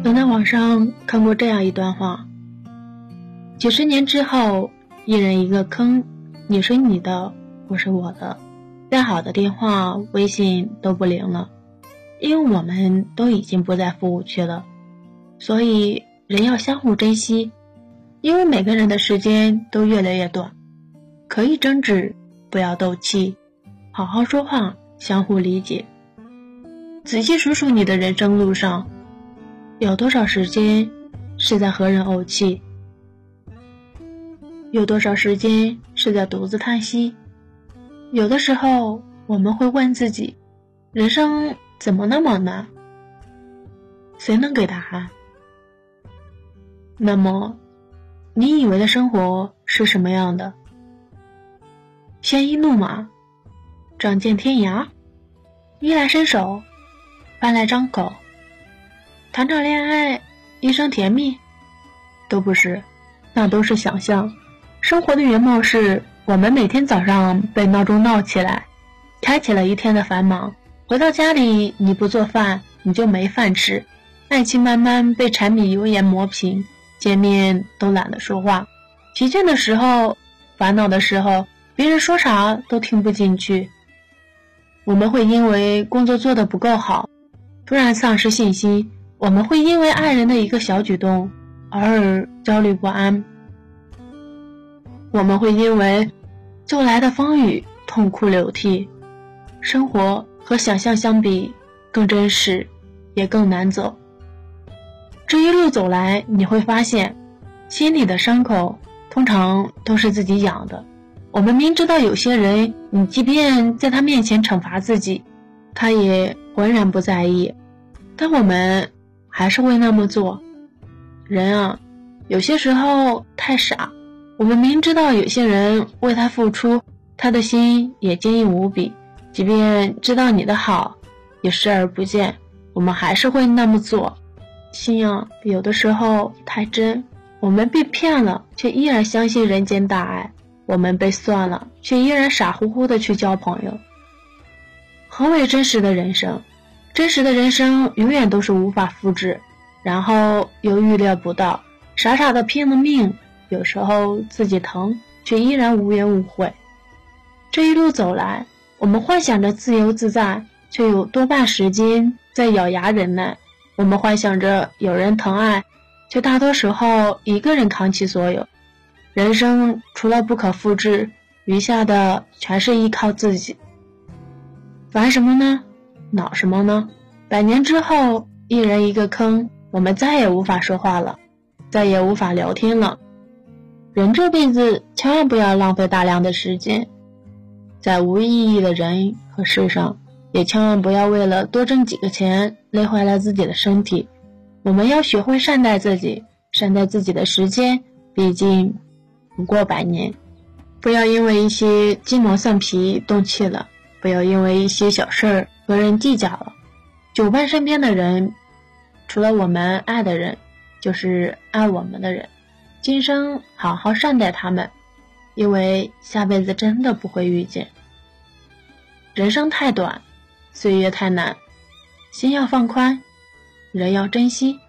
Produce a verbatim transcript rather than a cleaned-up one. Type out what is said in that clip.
曾在网上看过这样一段话：几十年之后，一人一个坑，你是你的，我是我的，再好的电话微信都不灵了，因为我们都已经不在服务区了。所以人要相互珍惜，因为每个人的时间都越来越短，可以争执，不要斗气，好好说话，相互理解。仔细数数你的人生路上，有多少时间是在和人怄气，有多少时间是在独自叹息。有的时候我们会问自己，人生怎么那么难？谁能给答案？那么你以为的生活是什么样的？鲜衣怒马，仗剑天涯，衣来伸手，饭来张口，谈场恋爱，一生甜蜜？都不是，那都是想象。生活的原貌是我们每天早上被闹钟闹起来，开启了一天的繁忙，回到家里你不做饭你就没饭吃，爱情慢慢被柴米油盐磨平，见面都懒得说话，疲倦的时候，烦恼的时候，别人说啥都听不进去。我们会因为工作做得不够好突然丧失信心，我们会因为爱人的一个小举动而焦虑不安，我们会因为骤来的风雨痛哭流涕。生活和想象相比更真实，也更难走。这一路走来，你会发现心里的伤口通常都是自己养的。我们明知道有些人，你即便在他面前惩罚自己，他也浑然不在意，但我们还是会那么做。人啊，有些时候太傻，我们明知道有些人为他付出，他的心也坚硬无比，即便知道你的好也视而不见，我们还是会那么做。心啊，有的时候太真，我们被骗了，却依然相信人间大爱；我们被算了，却依然傻乎乎的去交朋友。何为真实的人生？真实的人生永远都是无法复制，然后又预料不到，傻傻的拼了命，有时候自己疼，却依然无缘无悔。这一路走来，我们幻想着自由自在，却有多半时间在咬牙忍耐。我们幻想着有人疼爱，却大多时候一个人扛起所有。人生除了不可复制，余下的全是依靠自己。烦什么呢？恼什么呢？百年之后，一人一个坑，我们再也无法说话了，再也无法聊天了。人这辈子千万不要浪费大量的时间在无意义的人和事上，也千万不要为了多挣几个钱累坏了自己的身体。我们要学会善待自己，善待自己的时间，毕竟不过百年。不要因为一些鸡毛蒜皮动气了，不要因为一些小事儿和人计较了。久伴身边的人，除了我们爱的人，就是爱我们的人。今生好好善待他们，因为下辈子真的不会遇见。人生太短，岁月太难，心要放宽，人要珍惜。